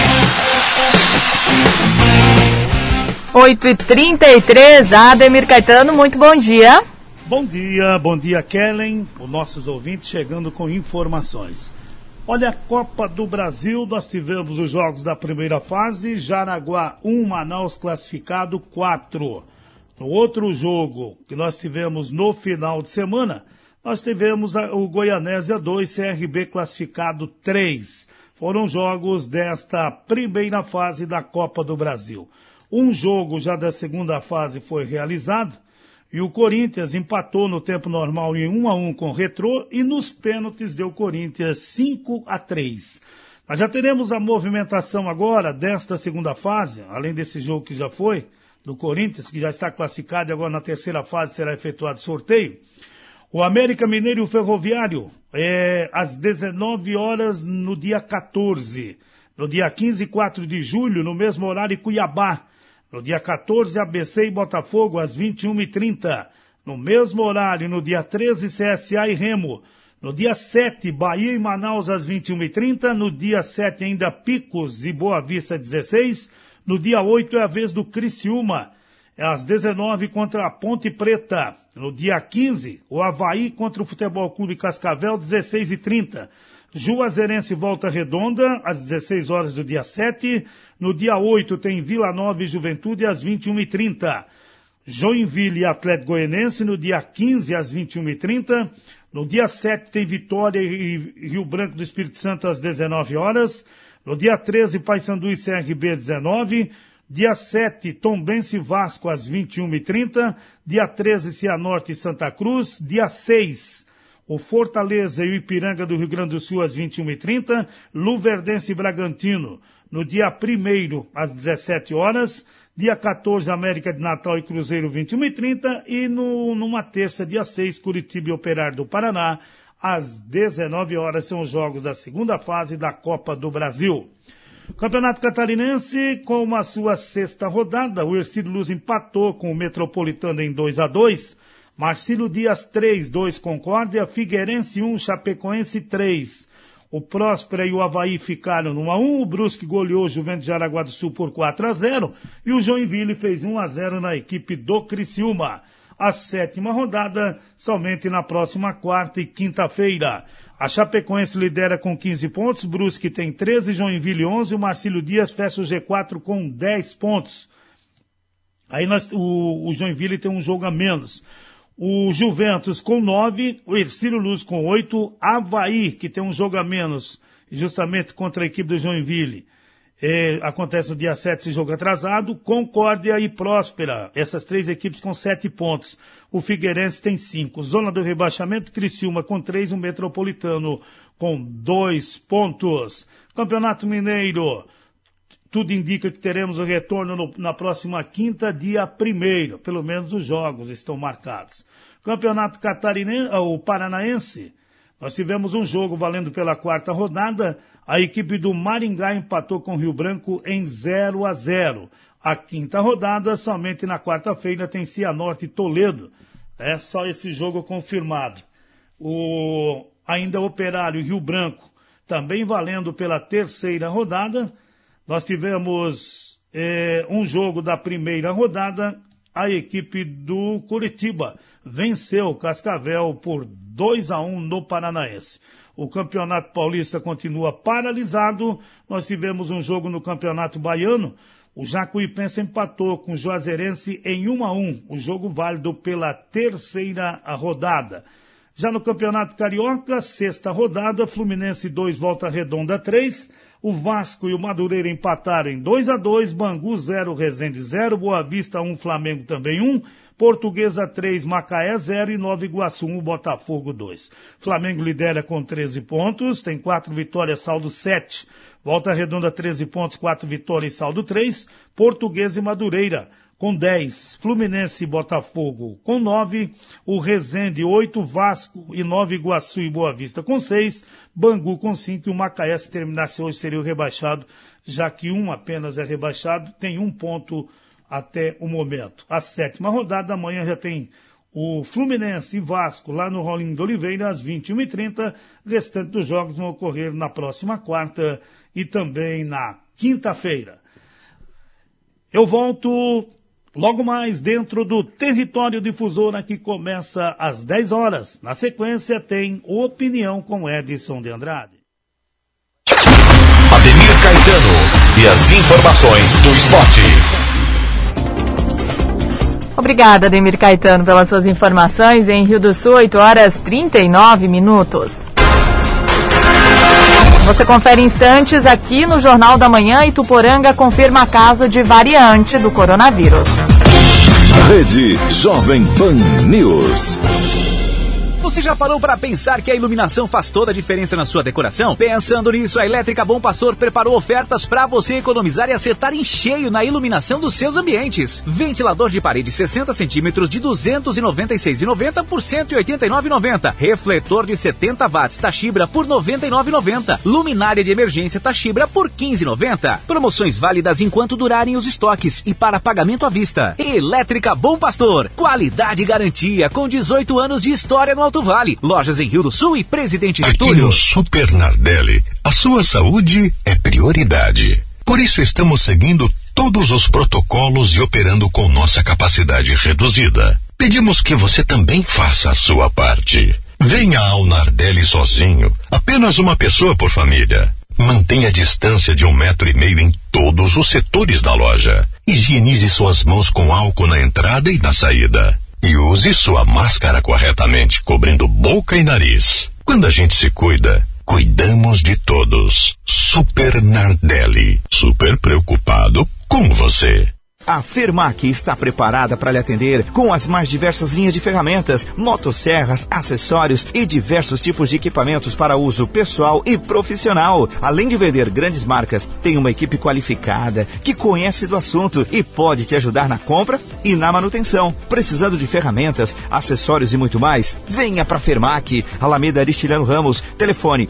8h33, Ademir Caetano, muito bom dia. Bom dia Kellen, os nossos ouvintes chegando com informações. Olha, a Copa do Brasil, nós tivemos os jogos da primeira fase, Jaraguá 1, Manaus classificado 4. No outro jogo que nós tivemos no final de semana, nós tivemos o Goianésia 2, CRB classificado 3. Foram jogos desta primeira fase da Copa do Brasil. Um jogo já da segunda fase foi realizado e o Corinthians empatou no tempo normal em 1-1 com o Retrô e nos pênaltis deu Corinthians 5-3. Nós já teremos a movimentação agora desta segunda fase, além desse jogo que já foi, do Corinthians, que já está classificado e agora na terceira fase será efetuado sorteio. O América Mineiro e o Ferroviário, às 19 horas no dia 14. No dia 15 e 4 de julho, no mesmo horário, Cuiabá. No dia 14, ABC e Botafogo, às 21h30. No mesmo horário, no dia 13, CSA e Remo. No dia 7, Bahia e Manaus, às 21h30. No dia 7, ainda Picos e Boa Vista, 16. No dia 8, é a vez do Criciúma, às 19 contra a Ponte Preta. No dia 15, o Avaí contra o Futebol Clube Cascavel, 16h30. Juazeirense e Volta Redonda, às 16 horas do dia 7. No dia 8 tem Vila Nova e Juventude, às 21h30. Joinville e Atlético Goianense, no dia 15, às 21h30. No dia 7 tem Vitória e Rio Branco do Espírito Santo, às 19 horas. No dia 13, Paysandu e CRB, 19. Dia 7, Tombense e Vasco, às 21h30. Dia 13, Cianorte e Santa Cruz. Dia 6, o Fortaleza e o Ipiranga do Rio Grande do Sul, às 21h30. Luverdense e Bragantino, no dia 1º, às 17 horas. Dia 14, América de Natal e Cruzeiro, 21h30. E numa terça, dia 6, Curitiba e Operário do Paraná, às 19 horas. São os jogos da segunda fase da Copa do Brasil. Campeonato Catarinense, com a sua sexta rodada, o Hercílio Luz empatou com o Metropolitano em 2-2. Marcílio Dias 3, 2 Concórdia, Figueirense 1, Chapecoense 3. O Próspera e o Avaí ficaram no 1-1, o Brusque goleou o Juventus de Jaraguá do Sul por 4-0 e o Joinville fez 1-0 na equipe do Criciúma. A sétima rodada somente na próxima quarta e quinta-feira. A Chapecoense lidera com 15 pontos, Brusque tem 13, Joinville 11, o Marcílio Dias fecha o G4 com 10 pontos. Aí o Joinville tem um jogo a menos. O Juventus com 9, o Hercílio Luz com 8, Avaí, que tem um jogo a menos, justamente contra a equipe do Joinville. Acontece no dia 7 esse jogo atrasado, Concórdia e Próspera, essas três equipes com 7 pontos. O Figueirense tem 5. Zona do rebaixamento, Criciúma com 3, o Metropolitano com 2 pontos. Campeonato Mineiro, tudo indica que teremos o retorno na próxima quinta, dia 1º. Pelo menos os jogos estão marcados. Campeonato Catarinense, o Paranaense, nós tivemos um jogo valendo pela quarta rodada. A equipe do Maringá empatou com o Rio Branco em 0-0. A quinta rodada, somente na quarta-feira, tem Cianorte e Toledo. É só esse jogo confirmado. Ainda Operário e Rio Branco, também valendo pela terceira rodada. Nós tivemos um jogo da primeira rodada. A equipe do Curitiba venceu o Cascavel por 2-1 no Paranaense. O Campeonato Paulista continua paralisado. Nós tivemos um jogo no Campeonato Baiano. O Jacuipense empatou com o Juazeirense em 1-1. O jogo válido pela terceira rodada. Já no Campeonato Carioca, sexta rodada, Fluminense 2, Volta Redonda 3. O Vasco e o Madureira empataram em 2-2. Bangu 0, Resende 0. Boa Vista 1, Flamengo também 1. Portuguesa 3, Macaé 0 e Nova Iguaçu 1, Botafogo 2. Flamengo lidera com 13 pontos, tem 4 vitórias, saldo 7. Volta Redonda 13 pontos, 4 vitórias, saldo 3. Portuguesa e Madureira com 10. Fluminense e Botafogo com 9. O Resende 8, Vasco e Nova Iguaçu e Boa Vista com 6. Bangu com 5 e o Macaé, se terminasse hoje, seria o rebaixado, já que um apenas é rebaixado, tem 1 ponto até o momento. A sétima rodada, amanhã já tem o Fluminense e Vasco lá no Rolim de Oliveira às 21h30. Restante dos jogos vão ocorrer na próxima quarta e também na quinta-feira. Eu volto logo mais dentro do Território Difusora, que começa às 10 horas. Na sequência tem Opinião com Edson de Andrade. Ademir Caetano e as informações do esporte. Obrigada, Ademir Caetano, pelas suas informações. Em Rio do Sul, 8 horas 39 minutos. Você confere instantes aqui no Jornal da Manhã. Ituporanga confirma caso de variante do coronavírus. Rede Jovem Pan News. Você já parou para pensar que a iluminação faz toda a diferença na sua decoração? Pensando nisso, a Elétrica Bom Pastor preparou ofertas para você economizar e acertar em cheio na iluminação dos seus ambientes. Ventilador de parede 60 centímetros de R$ 296,90 por R$ 189,90. Refletor de 70 watts Tachibra por R$ 99,90. Luminária de emergência Tachibra por R$ 15,90. Promoções válidas enquanto durarem os estoques e para pagamento à vista. Elétrica Bom Pastor. Qualidade e garantia com 18 anos de história no Alto Vale. Lojas em Rio do Sul e Presidente Getúlio. Aqui no Super Nardelli, a sua saúde é prioridade. Por isso estamos seguindo todos os protocolos e operando com nossa capacidade reduzida. Pedimos que você também faça a sua parte. Venha ao Nardelli sozinho, apenas uma pessoa por família. Mantenha a distância de 1,5 metro em todos os setores da loja. Higienize suas mãos com álcool na entrada e na saída. E use sua máscara corretamente, cobrindo boca e nariz. Quando a gente se cuida, cuidamos de todos. Super Nardelli. Super preocupado com você. A Fermac está preparada para lhe atender com as mais diversas linhas de ferramentas, motosserras, acessórios e diversos tipos de equipamentos para uso pessoal e profissional. Além de vender grandes marcas, tem uma equipe qualificada que conhece do assunto e pode te ajudar na compra e na manutenção. Precisando de ferramentas, acessórios e muito mais? Venha para a Fermac, Alameda Aristiliano Ramos, telefone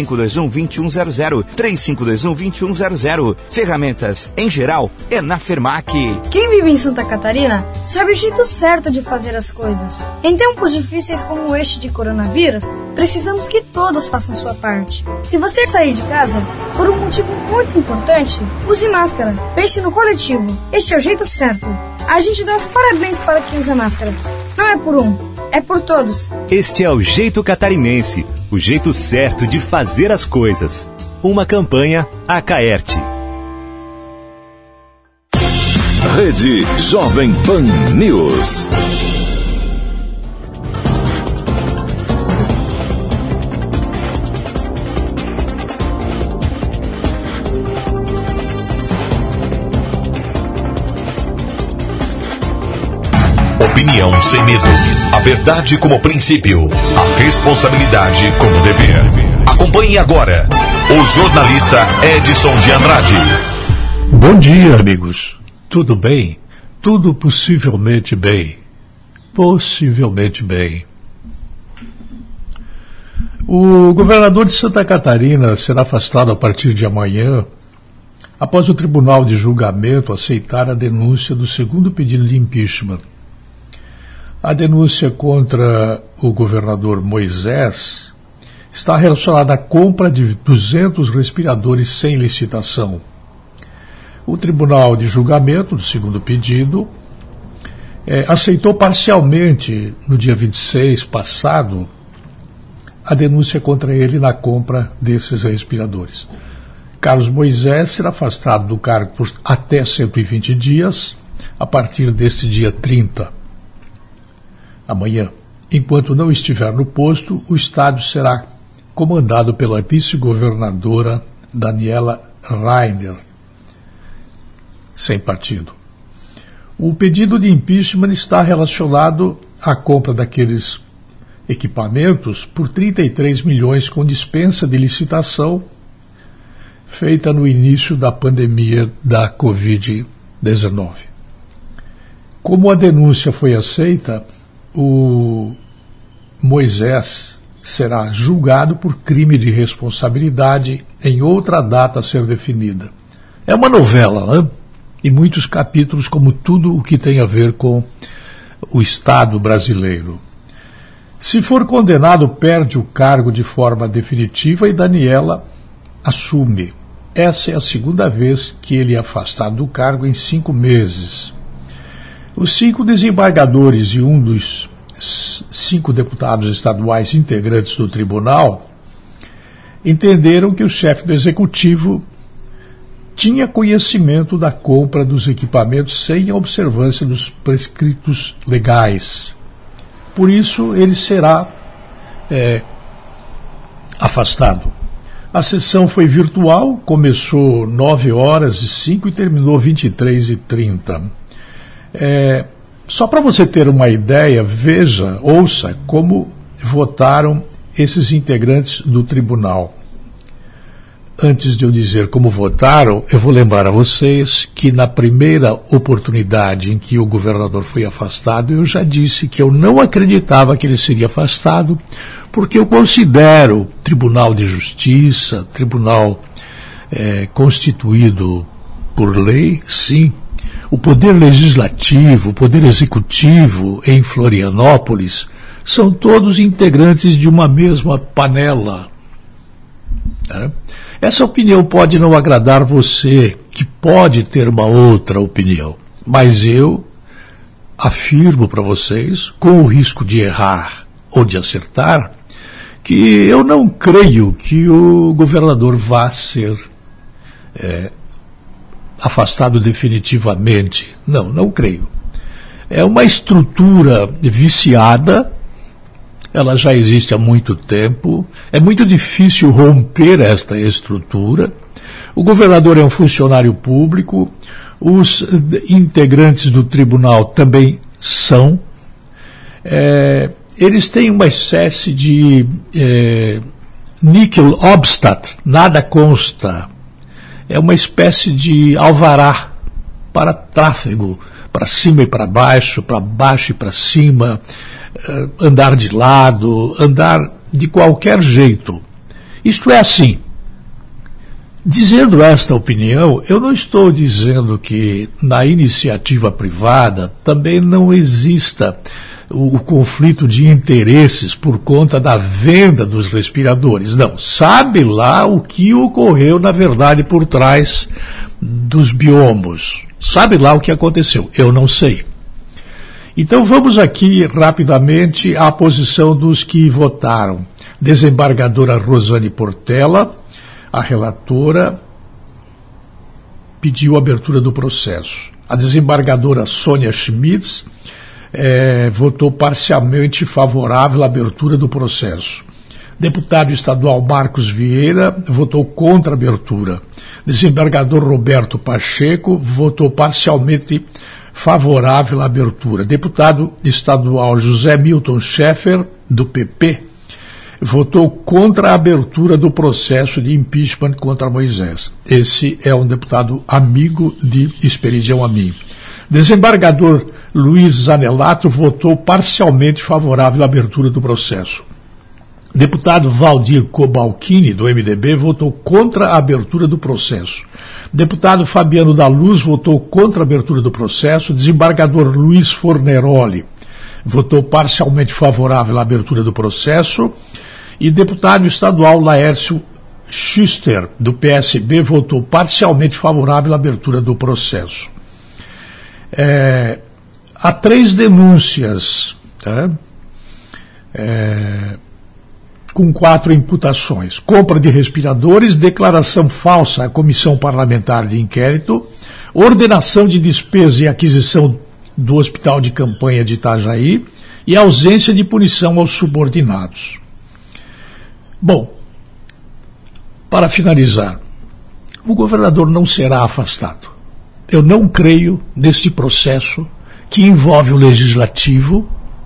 3521-2100, 3521-2100. Ferramentas, em geral, é na Fermac. Quem vive em Santa Catarina sabe o jeito certo de fazer as coisas. Em tempos difíceis como este de coronavírus, precisamos que todos façam sua parte. Se você sair de casa por um motivo muito importante, use máscara. Pense no coletivo. Este é o jeito certo. A gente dá os parabéns para quem usa máscara. Não é por um, é por todos. Este é o jeito catarinense, o jeito certo de fazer as coisas. Uma campanha Acaerte. Rede Jovem Pan News. Opinião sem medo. A verdade como princípio. A responsabilidade como dever. Acompanhe agora o jornalista Edson de Andrade. Bom dia, amigos. Tudo bem? Tudo possivelmente bem. Possivelmente bem. O governador de Santa Catarina será afastado a partir de amanhã, após o Tribunal de Julgamento aceitar a denúncia do segundo pedido de impeachment. A denúncia contra o governador Moisés está relacionada à compra de 200 respiradores sem licitação. O Tribunal de Julgamento do segundo pedido aceitou parcialmente, no dia 26 passado, a denúncia contra ele na compra desses respiradores. Carlos Moisés será afastado do cargo por até 120 dias, a partir deste dia 30. Amanhã, enquanto não estiver no posto, o Estado será comandado pela vice-governadora Daniela Rainer, sem partido. O pedido de impeachment está relacionado à compra daqueles equipamentos por 33 milhões com dispensa de licitação feita no início da pandemia da Covid-19. Como a denúncia foi aceita, o Moisés será julgado por crime de responsabilidade em outra data a ser definida. É uma novela, né? E muitos capítulos, como tudo o que tem a ver com o Estado brasileiro. Se for condenado, perde o cargo de forma definitiva e Daniela assume. Essa é a segunda vez que ele é afastado do cargo em 5 meses. Os 5 desembargadores e um dos 5 deputados estaduais integrantes do tribunal entenderam que o chefe do executivo tinha conhecimento da compra dos equipamentos sem a observância dos prescritos legais. Por isso, ele será afastado. A sessão foi virtual, começou 9h05 e terminou 23h30. Só para você ter uma ideia, ouça como votaram esses integrantes do tribunal. Antes de eu dizer como votaram, eu vou lembrar a vocês que na primeira oportunidade em que o governador foi afastado, eu já disse que eu não acreditava que ele seria afastado, porque eu considero o Tribunal de Justiça, tribunal constituído por lei, sim, o Poder Legislativo, o Poder Executivo em Florianópolis, são todos integrantes de uma mesma panela. Essa opinião pode não agradar você, que pode ter uma outra opinião, mas eu afirmo para vocês, com o risco de errar ou de acertar, que eu não creio que o governador vá ser afastado definitivamente. Não creio. É uma estrutura viciada, ela já existe há muito tempo, é muito difícil romper esta estrutura. O governador é um funcionário público, os integrantes do tribunal também são. Eles têm uma espécie de níquel obstat, nada consta. É uma espécie de alvará para tráfego, para cima e para baixo e para cima, andar de lado, andar de qualquer jeito. Isto é assim. Dizendo esta opinião, eu não estou dizendo que na iniciativa privada também não exista o conflito de interesses por conta da venda dos respiradores. Não, sabe lá o que ocorreu, na verdade, por trás dos biombos. Sabe lá o que aconteceu. Eu não sei. Então vamos aqui rapidamente à posição dos que votaram. Desembargadora Rosane Portela, a relatora, pediu a abertura do processo. A desembargadora Sônia Schmitz votou parcialmente favorável à abertura do processo. Deputado estadual Marcos Vieira votou contra a abertura. Desembargador Roberto Pacheco votou parcialmente favorável à abertura. Deputado estadual José Milton Schaeffer, do PP, votou contra a abertura do processo de impeachment contra Moisés. Esse é um deputado amigo de Esperidião Amin. Desembargador Luiz Zanelato votou parcialmente favorável à abertura do processo. Deputado Valdir Cobalcini, do MDB, votou contra a abertura do processo. Deputado Fabiano da Luz votou contra a abertura do processo. Desembargador Luiz Forneroli votou parcialmente favorável à abertura do processo. E deputado estadual Laércio Schuster, do PSB, votou parcialmente favorável à abertura do processo. Há 3 denúncias, com 4 imputações: compra de respiradores, declaração falsa à Comissão Parlamentar de Inquérito, ordenação de despesa e aquisição do Hospital de Campanha de Itajaí e ausência de punição aos subordinados. Bom, para finalizar, o governador não será afastado. Eu não creio neste processo que envolve o legislativo,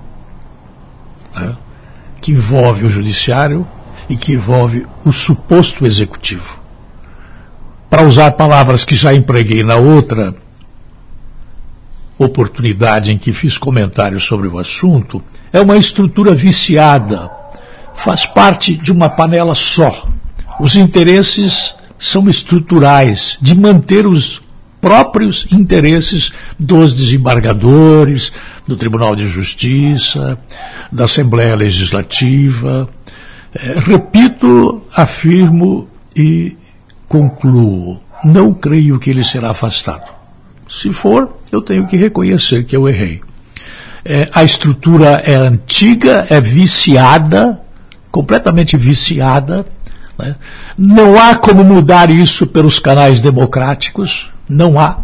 que envolve o judiciário e que envolve o suposto executivo. Para usar palavras que já empreguei na outra oportunidade em que fiz comentários sobre o assunto, é uma estrutura viciada, faz parte de uma panela só. Os interesses são estruturais, de manter os próprios interesses dos desembargadores, do Tribunal de Justiça, da Assembleia Legislativa. Repito, afirmo e concluo, não creio que ele será afastado. Se for, eu tenho que reconhecer que eu errei. A estrutura é antiga, é viciada, completamente viciada, né? Não há como mudar isso pelos canais democráticos, não há.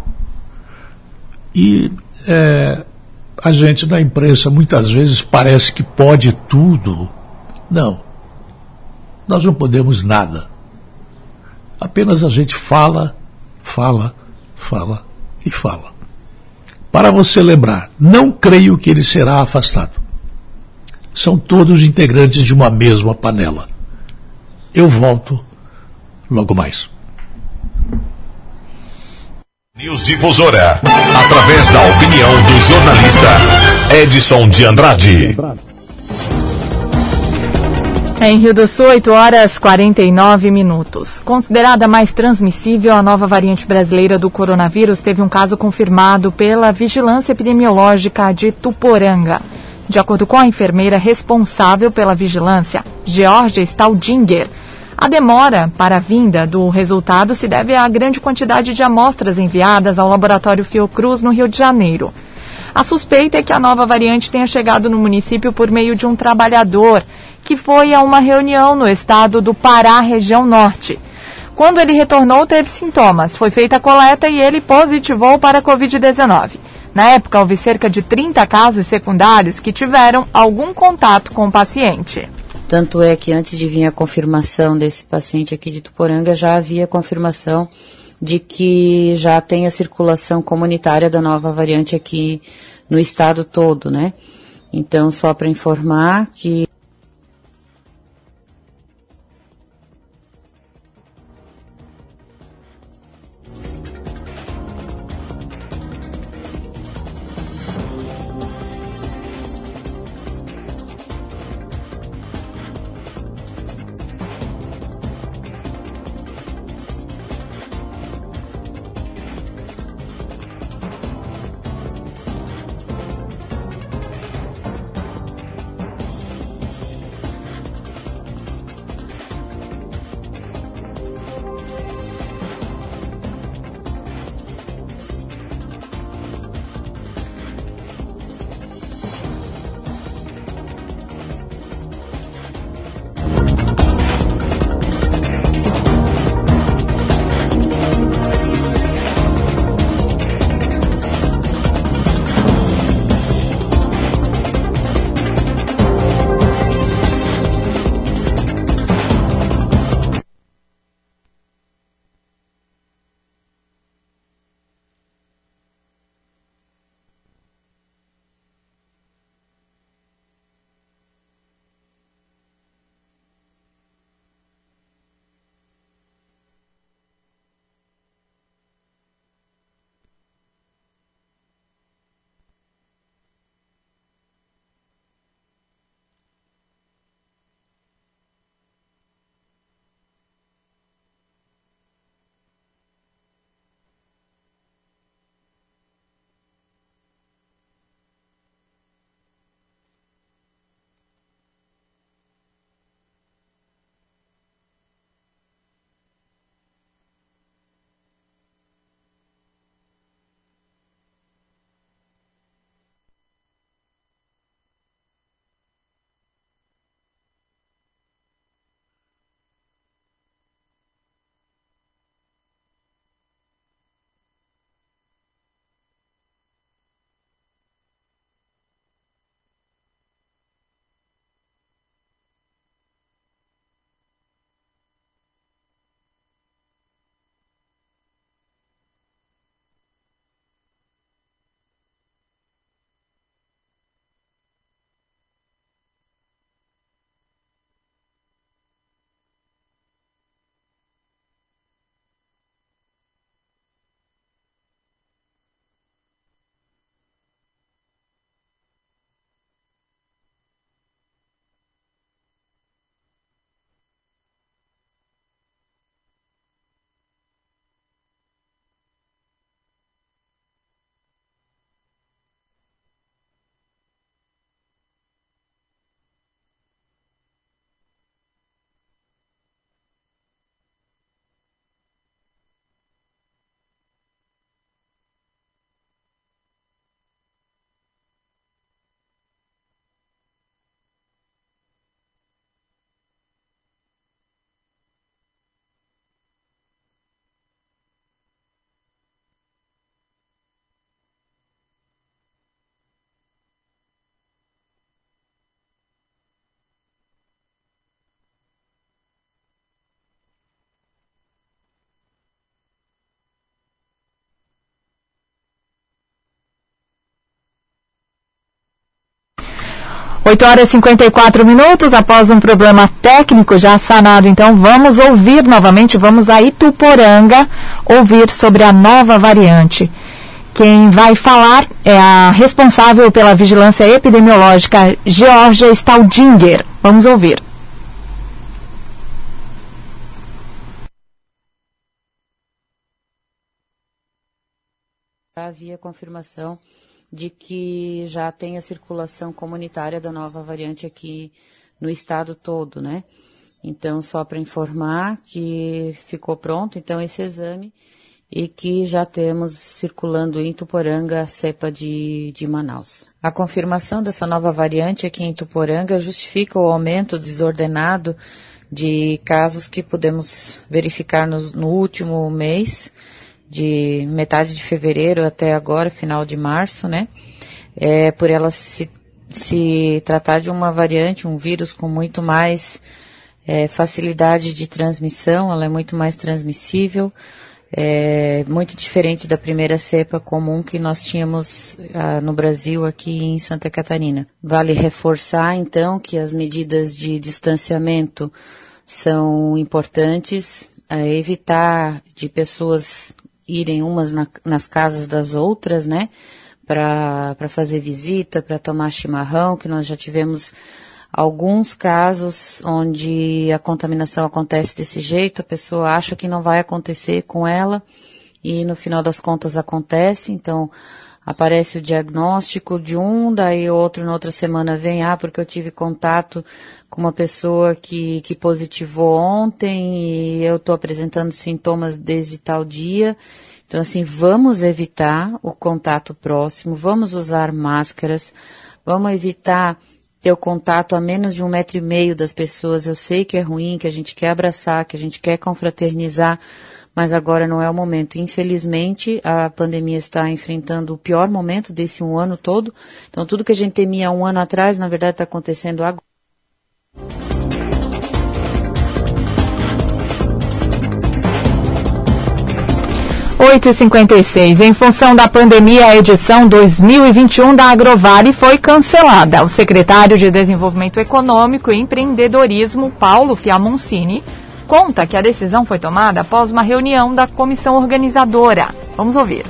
E a gente na imprensa muitas vezes parece que pode tudo. Não, nós não podemos nada. Apenas a gente fala e fala. Para você lembrar, não creio que ele será afastado. São todos integrantes de uma mesma panela. Eu volto logo mais. News Difusora, através da opinião do jornalista Edson de Andrade. Em Rio do Sul, 8h49. Considerada mais transmissível, a nova variante brasileira do coronavírus teve um caso confirmado pela Vigilância Epidemiológica de Tuporanga. De acordo com a enfermeira responsável pela vigilância, Georgia Staldinger, a demora para a vinda do resultado se deve à grande quantidade de amostras enviadas ao laboratório Fiocruz, no Rio de Janeiro. A suspeita é que a nova variante tenha chegado no município por meio de um trabalhador que foi a uma reunião no estado do Pará, região norte. Quando ele retornou, teve sintomas. Foi feita a coleta e ele positivou para a Covid-19. Na época, houve cerca de 30 casos secundários que tiveram algum contato com o paciente. Tanto é que antes de vir a confirmação desse paciente aqui de Tuporanga, já havia confirmação de que já tem a circulação comunitária da nova variante aqui no estado todo, né? Então, só para informar que 8h54, após um problema técnico já sanado, então vamos ouvir novamente, vamos a Ituporanga ouvir sobre a nova variante. Quem vai falar é a responsável pela vigilância epidemiológica, Georgia Staldinger. Vamos ouvir. Havia confirmação de que já tem a circulação comunitária da nova variante aqui no estado todo, né? Então, só para informar que ficou pronto, então, esse exame e que já temos circulando em Ituporanga a cepa de Manaus. A confirmação dessa nova variante aqui em Ituporanga justifica o aumento desordenado de casos que pudemos verificar no último mês, de metade de fevereiro até agora, final de março, né? Por ela se tratar de uma variante, um vírus com muito mais facilidade de transmissão, ela é muito mais transmissível, muito diferente da primeira cepa comum que nós tínhamos no Brasil, aqui em Santa Catarina. Vale reforçar, então, que as medidas de distanciamento são importantes, evitar de pessoas irem umas nas casas das outras, né, para fazer visita, para tomar chimarrão, que nós já tivemos alguns casos onde a contaminação acontece desse jeito, a pessoa acha que não vai acontecer com ela e no final das contas acontece, então aparece o diagnóstico de um, daí outro na outra semana vem, porque eu tive contato com uma pessoa que positivou ontem e eu estou apresentando sintomas desde tal dia. Então, assim, vamos evitar o contato próximo, vamos usar máscaras, vamos evitar ter o contato a menos de 1,5 metro das pessoas. Eu sei que é ruim, que a gente quer abraçar, que a gente quer confraternizar, mas agora não é o momento. Infelizmente, a pandemia está enfrentando o pior momento desse um ano todo. Então, tudo que a gente temia um ano atrás, na verdade, está acontecendo agora. 8h56. Em função da pandemia, a edição 2021 da Agrovale foi cancelada. O secretário de Desenvolvimento Econômico e Empreendedorismo, Paulo Fiamoncini, conta que a decisão foi tomada após uma reunião da comissão organizadora. Vamos ouvir.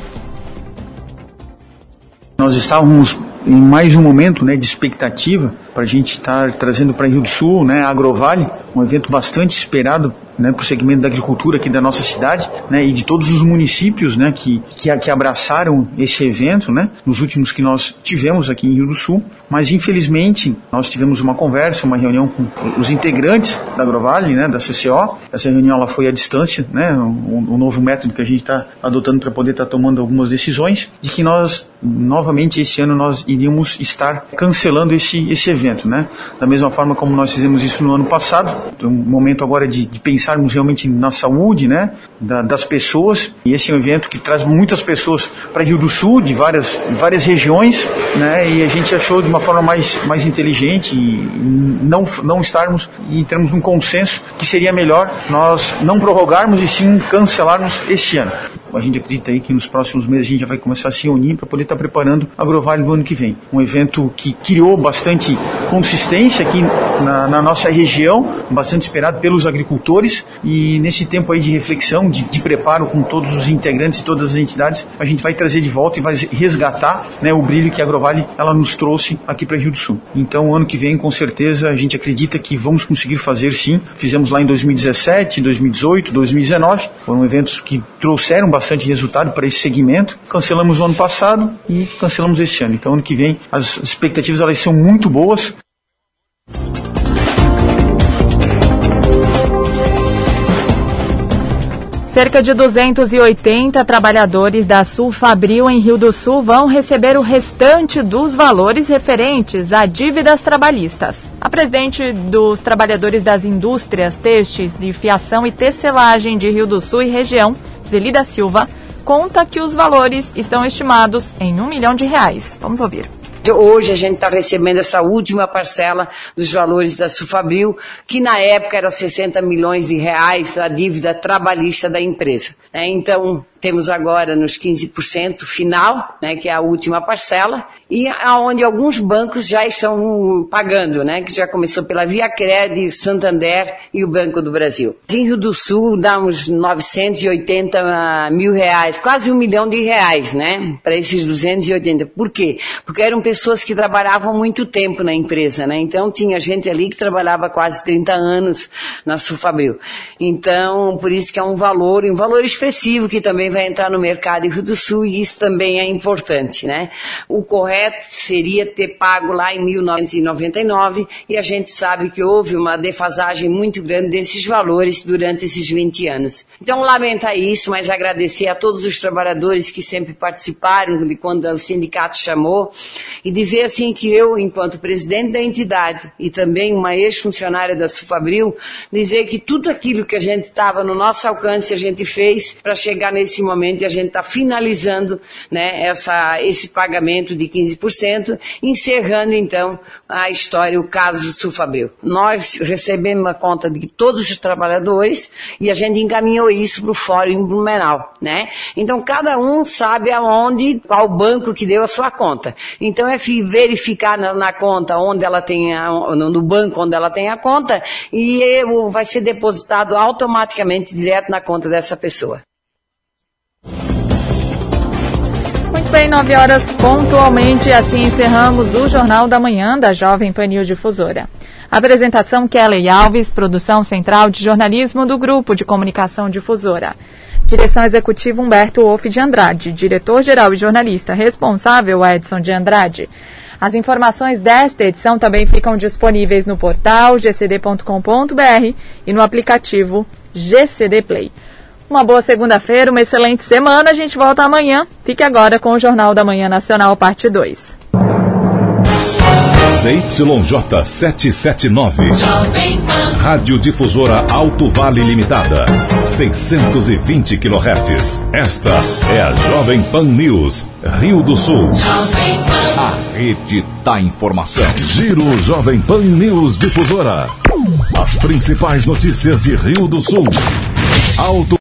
Nós estávamos em mais um momento, né, de expectativa para a gente estar trazendo para Rio do Sul, né, a Agrovale, um evento bastante esperado, né, para o segmento da agricultura aqui da nossa cidade, né, e de todos os municípios, né, que abraçaram esse evento, né, nos últimos que nós tivemos aqui em Rio do Sul. Mas infelizmente nós tivemos uma conversa, uma reunião com os integrantes da Agrovale, né, da CCO. Essa reunião ela foi à distância, né, um novo método que a gente está adotando para poder estar tomando algumas decisões, de que nós novamente esse ano nós iríamos estar cancelando esse evento, né, da mesma forma como nós fizemos isso no ano passado. É um momento agora de pensarmos realmente na saúde, né, das pessoas, e esse é um evento que traz muitas pessoas para Rio do Sul, de várias regiões, né, e a gente achou de uma forma mais inteligente e não estarmos e entramos num consenso que seria melhor nós não prorrogarmos e sim cancelarmos esse ano. A gente acredita aí que nos próximos meses a gente já vai começar a se reunir para poder estar preparando a Agrovale do ano que vem. Um evento que criou bastante consistência aqui na nossa região, bastante esperado pelos agricultores, e nesse tempo aí de reflexão, de preparo com todos os integrantes e todas as entidades, a gente vai trazer de volta e vai resgatar, né, o brilho que a Agrovale ela nos trouxe aqui para Rio do Sul. Então, o ano que vem, com certeza, a gente acredita que vamos conseguir fazer sim. Fizemos lá em 2017, 2018, 2019, foram eventos que trouxeram bastante resultado para esse segmento. Cancelamos o ano passado e cancelamos esse ano. Então, ano que vem, as expectativas elas são muito boas. Cerca de 280 trabalhadores da Sulfabril em Rio do Sul vão receber o restante dos valores referentes a dívidas trabalhistas. A presidente dos trabalhadores das indústrias têxteis de fiação e tecelagem de Rio do Sul e região, Zelida Silva, conta que os valores estão estimados em R$1 milhão. Vamos ouvir. Hoje a gente está recebendo essa última parcela dos valores da Sulfabril, que na época era R$60 milhões a dívida trabalhista da empresa. Então, temos agora nos 15% final, né, que é a última parcela, e aonde alguns bancos já estão pagando, né, que já começou pela Via Cred, Santander e o Banco do Brasil. Em Rio do Sul dá uns 980 mil reais, quase R$1 milhão, né, para esses 280. Por quê? Porque eram pessoas que trabalhavam muito tempo na empresa, né, então tinha gente ali que trabalhava quase 30 anos na Sulfabril. Então, por isso que é um valor expressivo que também vai entrar no mercado em Rio do Sul, e isso também é importante, né. O correto seria ter pago lá em 1999, e a gente sabe que houve uma defasagem muito grande desses valores durante esses 20 anos. Então, lamentar isso, mas agradecer a todos os trabalhadores que sempre participaram de quando o sindicato chamou, e dizer assim que eu, enquanto presidente da entidade e também uma ex-funcionária da Sulfabril, dizer que tudo aquilo que a gente estava no nosso alcance, a gente fez para chegar nesse momento, e a gente está finalizando, né, esse pagamento de 15%, encerrando então a história, o caso do Sulfabril. Nós recebemos a conta de todos os trabalhadores e a gente encaminhou isso para o Fórum em Blumenau, né? Então cada um sabe qual banco que deu a sua conta. Então é verificar na conta onde ela tem, no banco onde ela tem a conta, e vai ser depositado automaticamente direto na conta dessa pessoa. Muito bem, 9 horas pontualmente, assim encerramos o Jornal da Manhã da Jovem Pan News Difusora. Apresentação Kelly Alves, produção central de jornalismo do Grupo de Comunicação Difusora. Direção executiva Humberto Wolff de Andrade, diretor-geral e jornalista responsável Edson de Andrade. As informações desta edição também ficam disponíveis no portal gcd.com.br e no aplicativo GCD Play. Uma boa segunda-feira, uma excelente semana. A gente volta amanhã. Fique agora com o Jornal da Manhã Nacional, parte 2. ZYJ 779. Rádio Difusora Alto Vale Limitada. 620 kHz. Esta é a Jovem Pan News, Rio do Sul. A rede da informação. Giro Jovem Pan News Difusora. As principais notícias de Rio do Sul. Alto